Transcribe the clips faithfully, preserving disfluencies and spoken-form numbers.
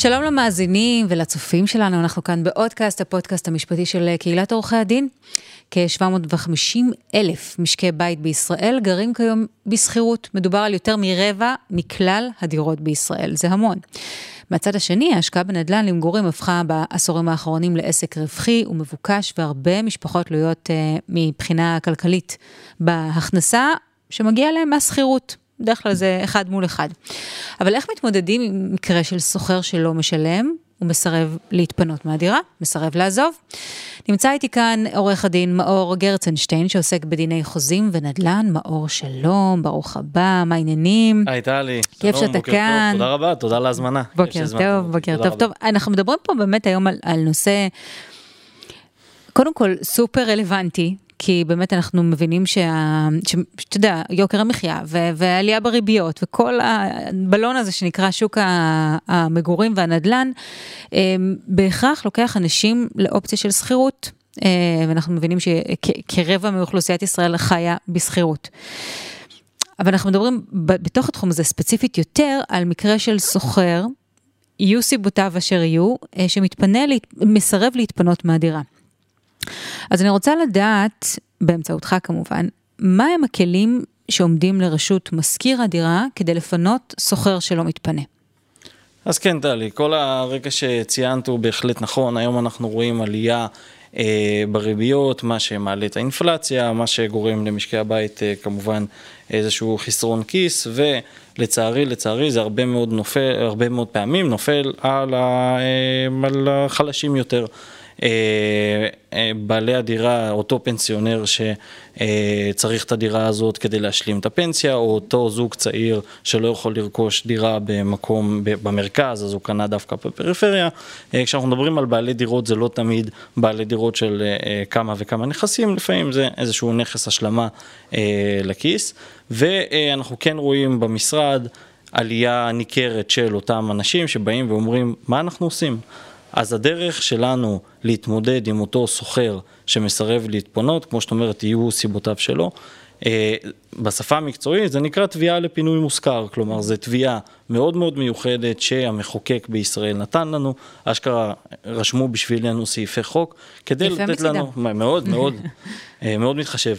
שלום למאזינים ולצופים שלנו, אנחנו כאן באודקאסט, הפודקאסט המשפטי של קהילת עורכי הדין. כ-שבע מאות וחמישים אלף משקי בית בישראל גרים כיום בסחירות. מדובר על יותר מרבע מכלל הדירות בישראל, זה המון. מהצד השני, ההשקעה בנדל"ן למגורים הפכה בעשורים האחרונים לעסק רווחי ומבוקש, והרבה משפחות תלויות uh, מבחינה כלכלית בהכנסה שמגיעה להם מהסחירות. בדרך כלל זה אחד מול אחד. אבל איך מתמודדים עם מקרה של סוחר שלא משלם, הוא מסרב להתפנות מהדירה, מסרב לעזוב? נמצא איתי כאן עורך הדין מאור גרצנשטיין, שעוסק בדיני חוזים ונדל"ן. מאור, שלום, ברוך הבא, מה העניינים? הייתה לי. כיף שאתה כאן. תודה רבה, תודה על ההזמנה. בוקר טוב, בוקר טוב. טוב, אנחנו מדברים פה באמת היום על, על נושא, קודם כל, סופר רלוונטי, כי באמת אנחנו מבינים שה, שאתה יודע, יוקר המחיה והעלייה בריביות וכל הבלון הזה שנקרא שוק המגורים והנדל"ן, בהכרח לוקח אנשים לאופציה של סחירות, ואנחנו מבינים שכרבע מאוכלוסיית ישראל חיה בסחירות. אבל אנחנו מדברים בתוך התחום הזה ספציפית יותר על מקרה של סוחר, יהיו סיבותיו אשר יהיו, שמתפנה, מסרב להתפנות מהדירה. אז אני רוצה לדעת, באמצעותך כמובן, מה הם הכלים שעומדים לרשות מזכיר הדירה כדי לפנות סוחר שלא מתפנה? אז כן, טלי, כל הרקע שציינת הוא בהחלט נכון. היום אנחנו רואים עלייה אה, בריביות, מה שמעלה את האינפלציה, מה שגורם למשקי הבית אה, כמובן איזשהו חסרון כיס, ולצערי, לצערי זה הרבה מאוד נופל, הרבה מאוד פעמים נופל על, ה, אה, על החלשים יותר. בעלי הדירה, אותו פנסיונר שצריך את הדירה הזאת כדי להשלים את הפנסיה, או אותו זוג צעיר שלא יכול לרכוש דירה במקום במרכז, אז הוא קנה דווקא בפריפריה. כשאנחנו מדברים על בעלי דירות, זה לא תמיד בעלי דירות של כמה וכמה נכסים, לפעמים זה איזשהו נכס השלמה לכיס, ואנחנו כן רואים במשרד עלייה ניכרת של אותם אנשים שבאים ואומרים, מה אנחנו עושים? אז הדרך שלנו להתמודד עם אותו סוחר שמסרב להתפונות, כמו שאת אומרת, יהיו סיבותיו שלו, בשפה המקצועית זה נקרא תביעה לפינוי מושכר, כלומר זה תביעה מאוד מאוד מיוחדת שהמחוקק בישראל נתן לנו, אשכרה רשמו בשבילנו סעיפי חוק, כדי לתת לנו, מאוד מאוד, מאוד מתחשב.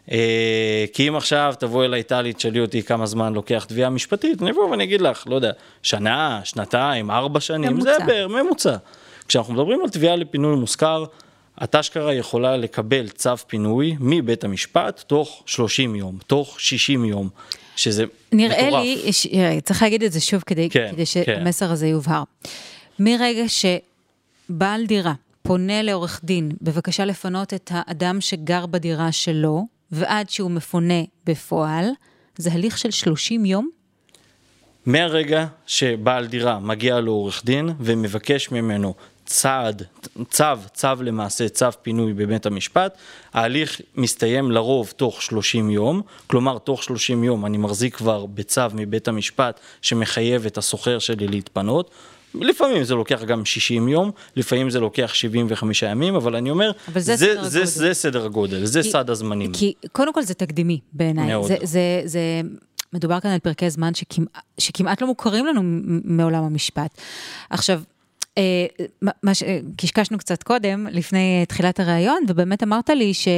כי אם עכשיו תבוא אליי טלי, תשאלי אותי כמה זמן לוקח תביעה משפטית, אני אבוא ואני אגיד לך, לא יודע, שנה, שנתיים, ארבע שנים, זה בערך ממוצע. כשאנחנו מדברים על תביעה לפינוי מושכר, את אשכרה יכולה לקבל צו פינוי מבית המשפט תוך שלושים יום, תוך שישים יום, שזה נראה מטורף. לי, ש... צריך להגיד את זה שוב כדי, כן, כדי שהמסר כן. הזה יובהר. מרגע שבעל דירה פונה לעורך דין, בבקשה לפנות את האדם שגר בדירה שלו, ועד שהוא מפונה בפועל, זה הליך של שלושים יום? מהרגע שבעל דירה מגיע לעורך דין ומבקש ממנו צעד, צו, צו למעשה, צו פינוי בבית המשפט, ההליך מסתיים לרוב תוך שלושים יום, כלומר תוך שלושים יום אני מחזיק כבר בצו מבית המשפט שמחייב את הסוחר שלי להתפנות, לפעמים זה לוקח גם שישים יום, לפעמים זה לוקח שבעים וחמישה ימים, אבל אני אומר, אבל זה, זה, סדר זה, זה סדר הגודל, זה כי, סד הזמנים. כי קודם כל זה תקדימי בעיניי, זה, זה, זה, מדובר כאן על פרקי זמן שכמעט, שכמעט לא מוכרים לנו מעולם המשפט. עכשיו, מה שקשקשנו קצת קודם, לפני תחילת הרעיון, ובאמת אמרת לי ש,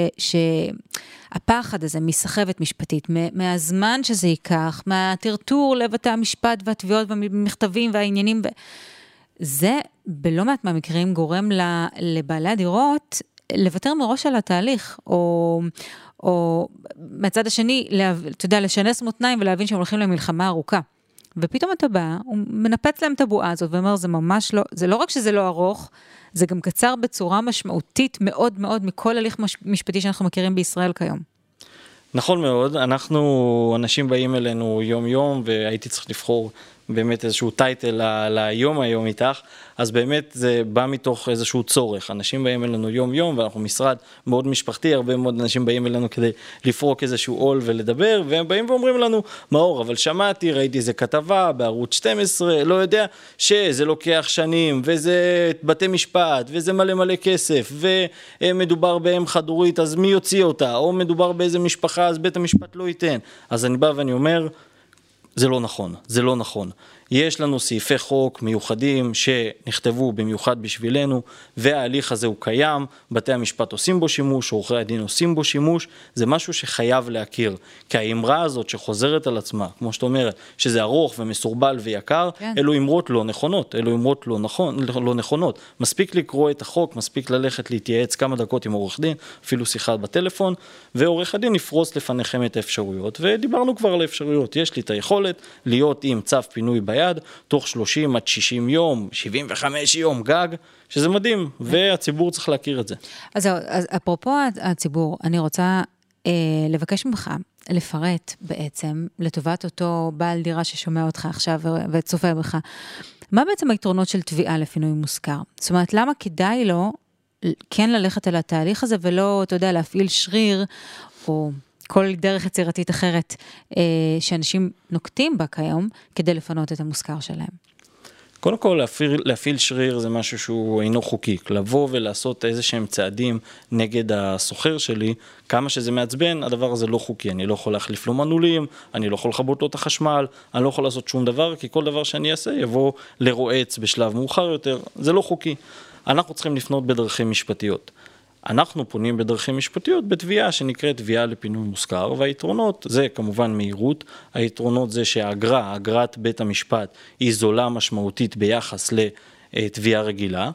שהפחד הזה מסחבת משפטית, מהזמן שזה ייקח, מהטרטור לבתי המשפט והתביעות והמכתבים והעניינים, זה בלא מעט מהמקרים גורם לבעלי הדירות לוותר מראש על התהליך, או, או מהצד השני, אתה יודע, לשנס מותניים ולהבין שהם הולכים למלחמה ארוכה. ופתאום אתה בא, הוא מנפץ להם את הבועה הזאת, ואומר, זה ממש לא, זה לא רק שזה לא ארוך, זה גם קצר בצורה משמעותית מאוד מאוד, מכל הליך משפטי שאנחנו מכירים בישראל כיום. נכון מאוד, אנחנו, אנשים באים אלינו יום יום, והייתי צריך לבחור באמת איזשהו טייטל ליום היום איתך, אז באמת זה בא מתוך איזשהו צורך. אנשים באים אלינו יום יום, ואנחנו משרד מאוד משפחתי, הרבה מאוד אנשים באים אלינו כדי לפרוק איזשהו עול ולדבר, והם באים ואומרים לנו, מאור, אבל שמעתי, ראיתי איזה כתבה בערוץ שתים עשרה, לא יודע, שזה לוקח שנים, וזה בתי משפט, וזה מלא מלא כסף, ומדובר בהם חד-הורית, אז מי יוציא אותה? או מדובר באיזה משפחה, אז בית המשפט לא ייתן. אז אני בא ואני אומר, זה לא נכון, זה לא נכון. יש לנו סעיפי חוק מיוחדים שנכתבו במיוחד בשבילנו, וההליך הזה הוא קיים, בתי המשפט עושים בו שימוש, עורכי הדין עושים בו שימוש, זה משהו שחייב להכיר, כי האמרה הזאת שחוזרת על עצמה, כמו שאת אומרת, שזה ארוך ומסורבל ויקר, כן. אלו אמרות לא נכונות, אלו אמרות לא, נכון, לא נכונות. מספיק לקרוא את החוק, מספיק ללכת להתייעץ כמה דקות עם עורך דין, אפילו שיחה בטלפון, ועורך הדין יפרוס לפניכם את האפשרויות, ודיברנו כבר על האפשרויות, יש לי את היכולת להיות עם צו פינוי ביד, תוך שלושים עד שישים יום, שבעים וחמישה יום גג, שזה מדהים, והציבור צריך להכיר את זה. אז, אז אפרופו הציבור, אני רוצה אה, לבקש ממך, לפרט בעצם, לטובת אותו בעל דירה ששומע אותך עכשיו וצופה בך, מה בעצם היתרונות של תביעה לפינוי מושכר? זאת אומרת, למה כדאי לו כן ללכת על התהליך הזה, ולא, אתה יודע, להפעיל שריר, או כל דרך יצירתית אחרת, אה, שאנשים נוקטים בה כיום, כדי לפנות את המושכר שלהם? קודם כל, להפעיל, להפעיל שריר זה משהו שהוא אינו חוקי. לבוא ולעשות איזה שהם צעדים נגד הסוחר שלי, כמה שזה מעצבן, הדבר הזה לא חוקי. אני לא יכול להחליף לו מנעולים, אני לא יכול לחבות לו את החשמל, אני לא יכול לעשות שום דבר, כי כל דבר שאני אעשה יבוא לרועץ בשלב מאוחר יותר. זה לא חוקי. אנחנו צריכים לפנות בדרכים משפטיות. אנחנו פונים בדרכים משפטיות בתביעה שנקראת תביעה לפינוי מושכר, והיתרונות זה כמובן מהירות, היתרונות זה שהאגרה, אגרת בית המשפט, היא זולה משמעותית ביחס לתביעה רגילה,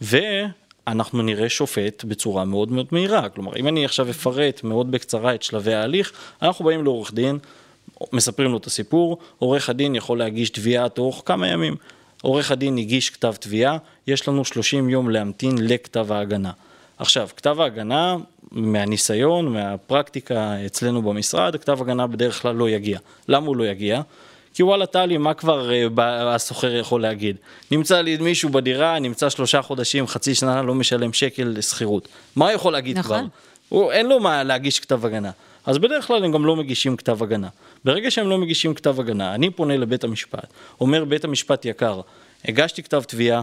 ואנחנו נראה שופט בצורה מאוד מאוד מהירה. כלומר, אם אני עכשיו אפרט מאוד בקצרה את שלבי ההליך, אנחנו באים לעורך דין, מספרים לו את הסיפור, עורך הדין יכול להגיש תביעה תוך כמה ימים. עורך הדין הגיש כתב תביעה, יש לנו שלושים יום להמתין לכתב ההגנה. עכשיו, כתב ההגנה, מהניסיון, מהפרקטיקה אצלנו במשרד, כתב הגנה בדרך כלל לא יגיע. למה הוא לא יגיע? כי וואלה טלי, מה כבר הסוחר יכול להגיד? נמצא לי מישהו בדירה, נמצא שלושה חודשים, חצי שנה, לא משלם שקל לסחירות. מה יכול להגיד נכון. כבר? הוא, אין לו מה להגיש כתב הגנה. אז בדרך כלל הם גם לא מגישים כתב הגנה. ברגע שהם לא מגישים כתב הגנה, אני פונה לבית המשפט, אומר בית המשפט יקר, הגשתי כתב תביעה,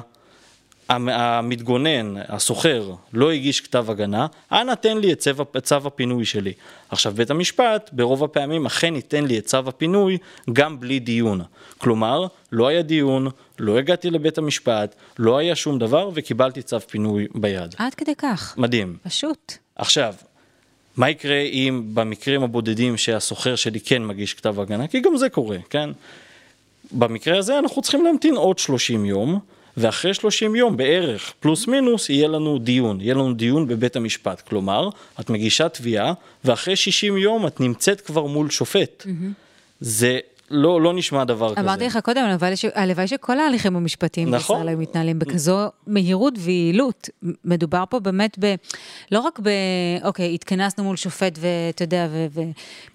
המתגונן, הסוחר, לא הגיש כתב הגנה, אנא תן לי את צו, צו הפינוי שלי. עכשיו, בית המשפט, ברוב הפעמים, אכן ייתן לי את צו הפינוי, גם בלי דיון. כלומר, לא היה דיון, לא הגעתי לבית המשפט, לא היה שום דבר, וקיבלתי צו פינוי ביד. עד כדי כך. מדהים. פשוט. עכשיו, מה יקרה אם במקרים הבודדים שהסוחר שלי כן מגיש כתב הגנה? כי גם זה קורה, כן? במקרה הזה אנחנו צריכים להמתין עוד שלושים יום, ואחרי שלושים יום בערך, פלוס מינוס, יהיה לנו דיון. יהיה לנו דיון בבית המשפט. כלומר, את מגישה תביעה, ואחרי שישים יום את נמצאת כבר מול שופט. זה לא, לא נשמע דבר כזה. אמרתי לך קודם, הלוואי שכל ההליכים המשפטיים בישראל היו מתנהלים בכזו מהירות ויעילות. מדובר פה באמת ב... לא רק ב... אוקיי, התכנסנו מול שופט ואתה יודע, ו... ו...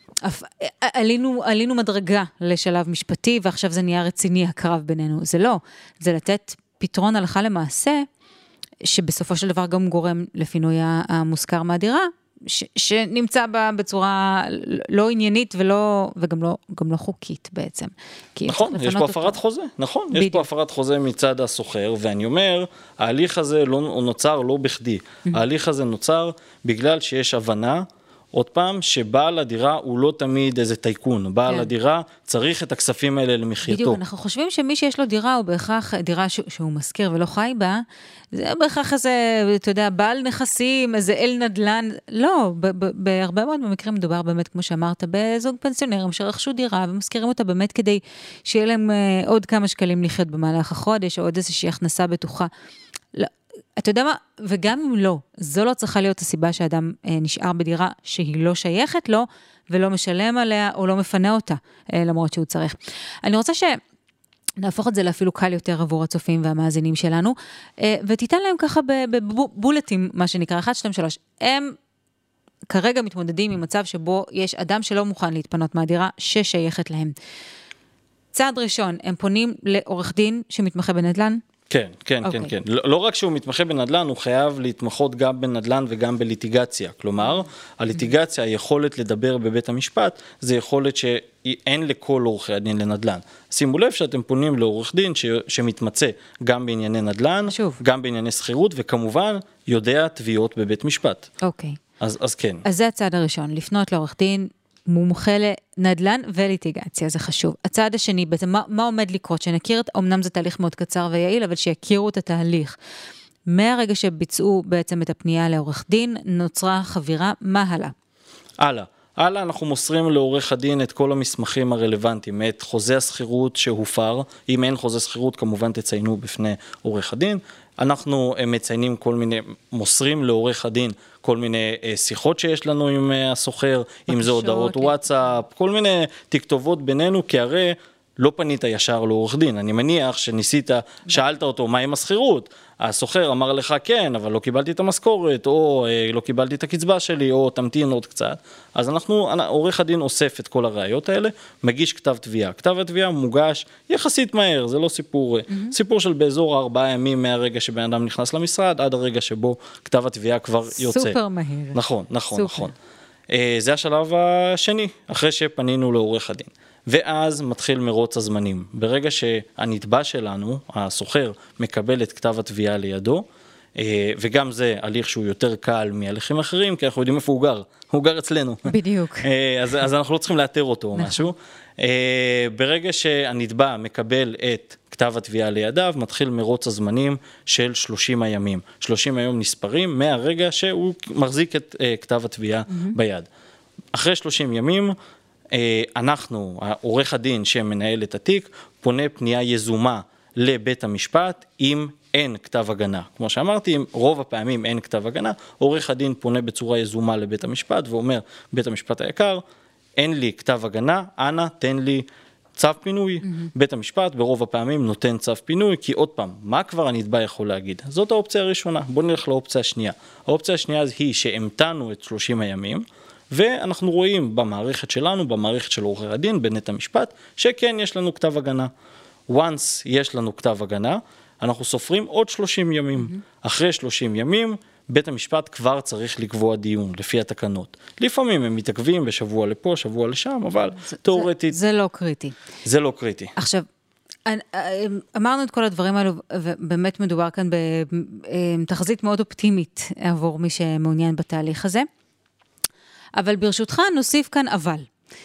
עלינו, עלינו מדרגה לשלב משפטי, ועכשיו זה נהיה רציני הקרב בינינו. זה לא. זה לתת פתרון הלכה למעשה, שבסופו של דבר גם גורם לפינוי המושכר מהדירה, ש, שנמצא בה בצורה לא עניינית ולא, וגם לא, גם לא חוקית בעצם. נכון, יש פה הפרת חוזה, נכון, יש פה הפרת חוזה מצד הסוחר, ואני אומר, ההליך הזה לא נוצר לא בכדי. ההליך הזה נוצר בגלל שיש הבנה, עוד פעם, שבעל הדירה הוא לא תמיד איזה טייקון, בעל כן. הדירה צריך את הכספים האלה למחייתו. בדיוק, אנחנו חושבים שמי שיש לו דירה, הוא בהכרח דירה ש- שהוא מזכיר ולא חי בה, זה בהכרח איזה, אתה יודע, בעל נכסים, איזה אל נדלן, לא, ב- ב- בהרבה מאוד במקרים מדובר באמת, כמו שאמרת, בזוג פנסיונרים שרכשו דירה, ומזכירים אותה באמת כדי שיהיה להם uh, עוד כמה שקלים לחיות במהלך החודש, או עוד איזושהי הכנסה בטוחה. לא. אתה יודע מה, וגם אם לא, זו לא צריכה להיות הסיבה שאדם אה, נשאר בדירה שהיא לא שייכת לו, ולא משלם עליה, או לא מפנה אותה, אה, למרות שהוא צריך. אני רוצה שנהפוך את זה לאפילו קל יותר עבור הצופים והמאזינים שלנו, אה, ותיתן להם ככה בבולטים, מה שנקרא, אחת, שתיים, שלוש. הם כרגע מתמודדים עם מצב שבו יש אדם שלא מוכן להתפנות מהדירה, ששייכת להם. צעד ראשון, הם פונים לעורך דין שמתמחה בנדל"ן, כן, כן, okay. כן, כן. לא, לא רק שהוא מתמחה בנדל"ן, הוא חייב להתמחות גם בנדל"ן וגם בליטיגציה. כלומר, הליטיגציה, היכולת לדבר בבית המשפט, זה יכולת שאין לכל עורכי הדין לנדל"ן. שימו לב שאתם פונים לעורך דין ש... שמתמצא גם בענייני נדל"ן, שוב. גם בענייני שכירות, וכמובן יודע תביעות בבית משפט. אוקיי. Okay. אז, אז כן. אז זה הצעד הראשון, לפנות לעורך דין, מומחה לנדל"ן וליטיגציה, זה חשוב. הצעד השני, בעצם, מה, מה עומד לקרות? שנכיר, אמנם זה תהליך מאוד קצר ויעיל, אבל שיכירו את התהליך. מהרגע שביצעו בעצם את הפנייה לעורך דין, נוצרה חבירה, מה הלאה? הלאה. הלאה אנחנו מוסרים לעורך הדין את כל המסמכים הרלוונטיים, את חוזה הסחירות שהופר, אם אין חוזה סחירות כמובן תציינו בפני עורך הדין, אנחנו מציינים כל מיני, מוסרים לעורך הדין כל מיני שיחות שיש לנו עם הסוחר, אם זה הודעות וואטסאפ, כל מיני תכתובות בינינו, כי הרי לא פנית ישר לעורך דין, אני מניח שניסית, שאלת אותו מה עם הסחירות, הסוחר אמר לך כן, אבל לא קיבלתי את המשכורת, או לא קיבלתי את הקצבה שלי, או תמתין עוד קצת, אז אנחנו, עורך הדין אוסף את כל הראיות האלה, מגיש כתב תביעה, כתב התביעה מוגש יחסית מהר, זה לא סיפור, mm-hmm. סיפור של באזור ארבעה ימים מהרגע שבן אדם נכנס למשרד, עד הרגע שבו כתב התביעה כבר יוצא. סופר מהר. נכון, נכון, סופר. נכון. זה השלב השני, אחרי שפנינו לעורך הדין. ואז מתחיל מרוץ הזמנים. ברגע שהנתבע שלנו, הסוחר, מקבל את כתב התביעה לידו, וגם זה הליך שהוא יותר קל מהליכים אחרים, כי אנחנו יודעים איפה הוא גר. הוא גר אצלנו. בדיוק. אז, אז אנחנו לא צריכים לאתר אותו או משהו. ברגע שהנתבע מקבל את כתב התביעה לידיו, מתחיל מרוץ הזמנים של שלושים הימים. שלושים היום נספרים מהרגע שהוא מחזיק את כתב התביעה ביד. אחרי שלושים ימים, אנחנו, עורך הדין שמנהל את התיק, פונה פנייה יזומה לבית המשפט אם אין כתב הגנה. כמו שאמרתי, אם רוב הפעמים אין כתב הגנה, עורך הדין פונה בצורה יזומה לבית המשפט ואומר, בית המשפט היקר, אין לי כתב הגנה, אנא תן לי צו פינוי. Mm-hmm. בית המשפט ברוב הפעמים נותן צו פינוי, כי עוד פעם, מה כבר הנתבע יכול להגיד? זאת האופציה הראשונה. בואו נלך לאופציה השנייה. האופציה השנייה היא שהמתנו את שלושים הימים, ואנחנו רואים במערכת שלנו, במערכת של עורכי הדין, בנט המשפט, שכן יש לנו כתב הגנה. once יש לנו כתב הגנה, אנחנו סופרים עוד שלושים ימים. Mm-hmm. אחרי שלושים ימים, בית המשפט כבר צריך לקבוע דיון, לפי התקנות. לפעמים הם מתעכבים בשבוע לפה, שבוע לשם, אבל זה, תיאורטית... זה, זה לא קריטי. זה לא קריטי. עכשיו, אמרנו את כל הדברים האלו, ובאמת מדובר כאן בתחזית מאוד אופטימית עבור מי שמעוניין בתהליך הזה. אבל ברשותך נוסיף כאן אבל.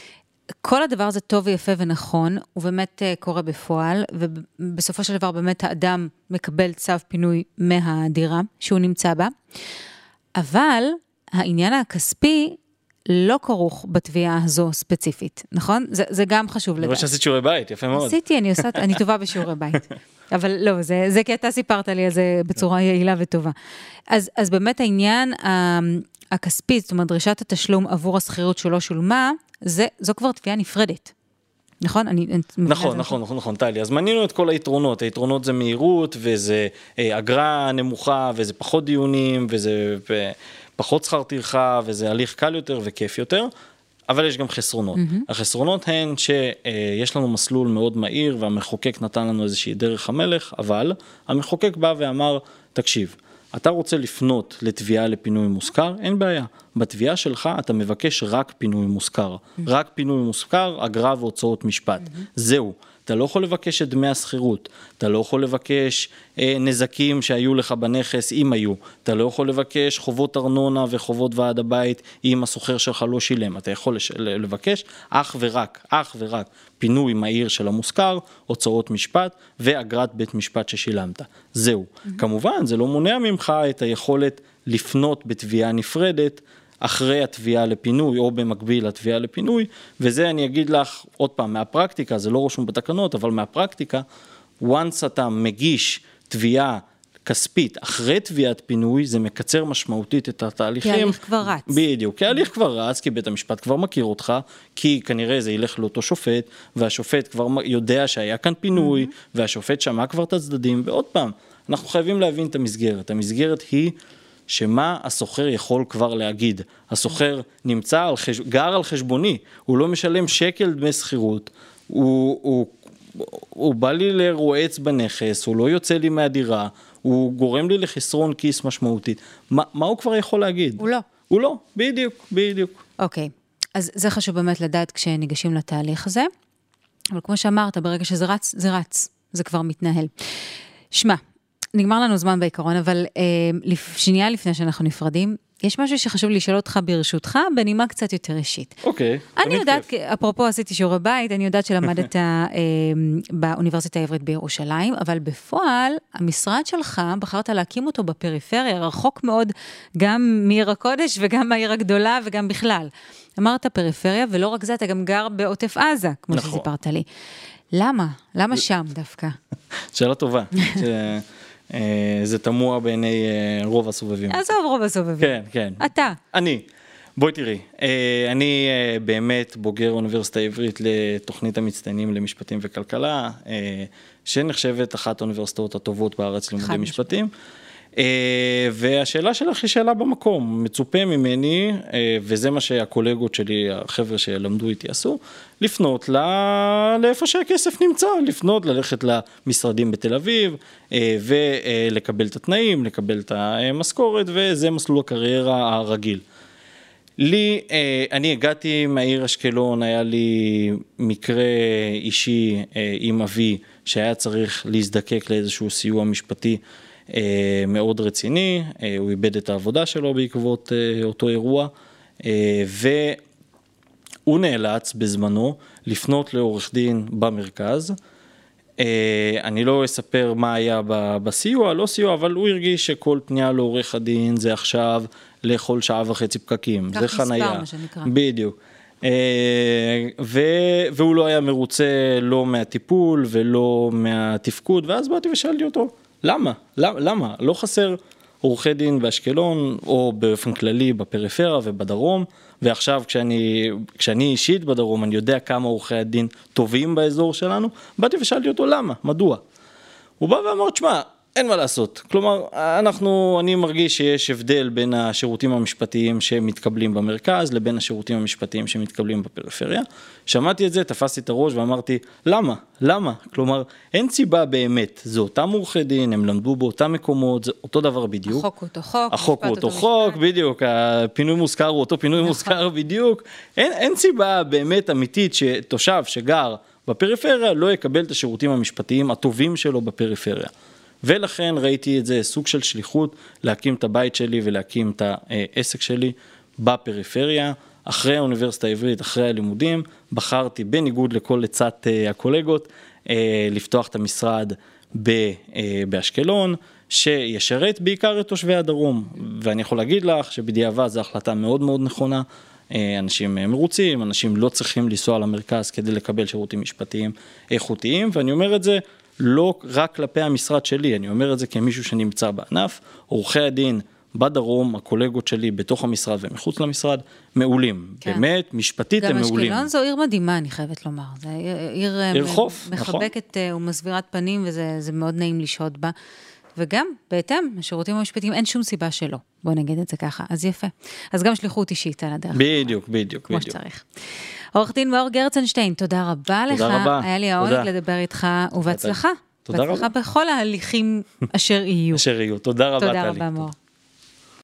כל הדבר הזה טוב ויפה ונכון, הוא באמת קורה בפועל, ובסופו של דבר באמת האדם מקבל צו פינוי מהדירה שהוא נמצא בה, אבל העניין הכספי לא כרוך בתביעה הזו ספציפית, נכון? זה, זה גם חשוב לדעת. אני רואה שעשית שיעורי בית, יפה מאוד. עשיתי, אני עושה, אני טובה בשיעורי בית. אבל לא, זה, זה כי אתה סיפרת לי על זה בצורה יעילה וטובה. אז, אז באמת העניין הכספי, זאת אומרת, דרישת התשלום עבור הסחירות שלא שולמה, זה, זו כבר תביעה נפרדת. נכון? אני, נכון, נכון, נכון, נכון, טלי. אז מנינו את כל היתרונות. היתרונות זה מהירות, וזה אגרה נמוכה, וזה פחות דיונים, וזה פחות שכר טרחה, וזה הליך קל יותר וכיף יותר. אבל יש גם חסרונות. Mm-hmm. החסרונות הן שיש לנו מסלול מאוד מהיר, והמחוקק נתן לנו איזושהי דרך המלך, אבל המחוקק בא ואמר, תקשיב, אתה רוצה לפנות לתביעה לפינוי מושכר, אין בעיה. בתביעה שלך אתה מבקש רק פינוי מושכר. Mm-hmm. רק פינוי מושכר, אגרה והוצאות משפט. Mm-hmm. זהו. אתה לא יכול לבקש את דמי הסחירות, אתה לא יכול לבקש אה, נזקים שהיו לך בנכס, אם היו, אתה לא יכול לבקש חובות ארנונה וחובות ועד הבית, אם הסוחר שלך לא שילם, אתה יכול לש... לבקש אך ורק, אך ורק, פינוי מהיר של המושכר, הוצאות משפט ואגרת בית משפט ששילמת. זהו. Mm-hmm. כמובן, זה לא מונע ממך את היכולת לפנות בתביעה נפרדת, אחרי התביעה לפינוי, או במקביל לתביעה לפינוי, וזה אני אגיד לך, עוד פעם, מהפרקטיקה, זה לא רשום בתקנות, אבל מהפרקטיקה, once אתה מגיש תביעה כספית אחרי תביעת פינוי, זה מקצר משמעותית את התהליכים. כי ההליך כבר רץ. בדיוק, כי ההליך כבר רץ, כי בית המשפט כבר מכיר אותך, כי כנראה זה ילך לאותו שופט, והשופט כבר יודע שהיה כאן פינוי, mm-hmm. והשופט שמע כבר את הצדדים, ועוד פעם, אנחנו חייבים להבין את המסגרת. המסגרת היא שמה הסוחר יכול כבר להגיד. הסוחר נמצא, על חש... גר על חשבוני, הוא לא משלם שקל דמי שכירות, הוא, הוא, הוא בא לי לרועץ בנכס, הוא לא יוצא לי מהדירה, הוא גורם לי לחסרון כיס משמעותית. מה, מה הוא כבר יכול להגיד? הוא לא. הוא לא, בדיוק, בדיוק. אוקיי, אז זה חשוב באמת לדעת כשניגשים לתהליך הזה, אבל כמו שאמרת, ברגע שזה רץ, זה רץ, זה כבר מתנהל. שמע, נגמר לנו זמן בעיקרון, אבל אה, שנייה לפני שאנחנו נפרדים, יש משהו שחשוב לשאול אותך ברשותך, בנימה קצת יותר אישית. אוקיי. אני יודעת, אפרופו עשיתי שיעורי בית, אני יודעת שלמדת באוניברסיטה העברית בירושלים, אבל בפועל, המשרד שלך, בחרת להקים אותו בפריפריה, רחוק מאוד גם מעיר הקודש וגם מהעיר הגדולה וגם בכלל. אמרת פריפריה, ולא רק זה, אתה גם גר בעוטף עזה, כמו נכון. שסיפרת לי. למה? למה שם דווקא? שאלה טובה. זה תמוה בעיני רוב הסובבים. עזוב רוב הסובבים. כן, כן. אתה. אני. בואי תראי. אני באמת בוגר אוניברסיטה העברית לתוכנית המצטיינים למשפטים וכלכלה, שנחשבת אחת האוניברסיטאות הטובות בארץ לימודי משפטים. והשאלה שלך היא שאלה במקום, מצופה ממני, וזה מה שהקולגות שלי, החבר'ה שלמדו איתי עשו, לפנות לאיפה שהכסף נמצא, לפנות, ללכת למשרדים בתל אביב, ולקבל את התנאים, לקבל את המשכורת, וזה מסלול הקריירה הרגיל. לי, אני הגעתי מהעיר אשקלון, היה לי מקרה אישי עם אבי, שהיה צריך להזדקק לאיזשהו סיוע משפטי, מאוד רציני, הוא איבד את העבודה שלו בעקבות אותו אירוע, והוא נאלץ בזמנו לפנות לעורך דין במרכז. אני לא אספר מה היה בסיוע, לא סיוע, אבל הוא הרגיש שכל פנייה לעורך הדין זה עכשיו לאכול שעה וחצי פקקים, זה חנייה. מספר, מה שנקרא. בדיוק. והוא לא היה מרוצה לא מהטיפול ולא מהתפקוד, ואז באתי ושאלתי אותו, למה? למה? למה? לא חסר עורכי דין באשקלון, או באופן כללי בפריפריה ובדרום, ועכשיו כשאני, כשאני אישית בדרום, אני יודע כמה עורכי הדין טובים באזור שלנו, באתי ושאלתי אותו למה, מדוע? הוא בא ואמר, תשמע, אין מה לעשות. כלומר, אנחנו, אני מרגיש שיש הבדל בין השירותים המשפטיים שמתקבלים במרכז, לבין השירותים המשפטיים שמתקבלים בפריפריה. שמעתי את זה, תפסתי את הראש ואמרתי, למה? למה? כלומר, אין סיבה באמת. זה אותם עורכי דין, הם למדו באותם מקומות, זה אותו דבר בדיוק. החוק הוא אותו חוק. החוק הוא אותו חוק, בדיוק. הפינוי מוזכר הוא אותו פינוי מוזכר בדיוק. אין, אין סיבה באמת אמיתית שתושב שגר בפריפריה לא יקבל את השירותים המשפטיים הטובים שלו בפריפריה. ולכן ראיתי את זה סוג של שליחות להקים את הבית שלי ולהקים את העסק שלי בפריפריה. אחרי האוניברסיטה העברית, אחרי הלימודים, בחרתי בניגוד לכל עצת הקולגות, לפתוח את המשרד באשקלון, שישרת בעיקר את תושבי הדרום. ואני יכול להגיד לך שבדיעבד זו החלטה מאוד מאוד נכונה, אנשים מרוצים, אנשים לא צריכים לנסוע למרכז כדי לקבל שירותים משפטיים איכותיים, ואני אומר את זה, לא רק כלפי המשרד שלי, אני אומר את זה כמישהו שנמצא בענף, עורכי הדין בדרום, הקולגות שלי בתוך המשרד ומחוץ למשרד, מעולים. כן. באמת, משפטית הם מעולים. גם אשקלון זו עיר מדהימה, אני חייבת לומר. זה עיר, עיר חוף, מחבקת נכון. ומסבירת פנים, וזה מאוד נעים לשהות בה. וגם, בהתאם, השירותים המשפטיים, אין שום סיבה שלא. בוא נגיד את זה ככה. אז יפה. אז גם שליחות אישית על הדרך. בדיוק, בדיוק, כמו בדיוק. שצריך. עורך דין מאור גרצנשטיין, תודה רבה לך. תודה רבה. היה לי העונג לדבר איתך, ובהצלחה. תודה רבה. בהצלחה בכל ההליכים אשר יהיו. אשר יהיו. תודה רבה, תודה רבה, מאור.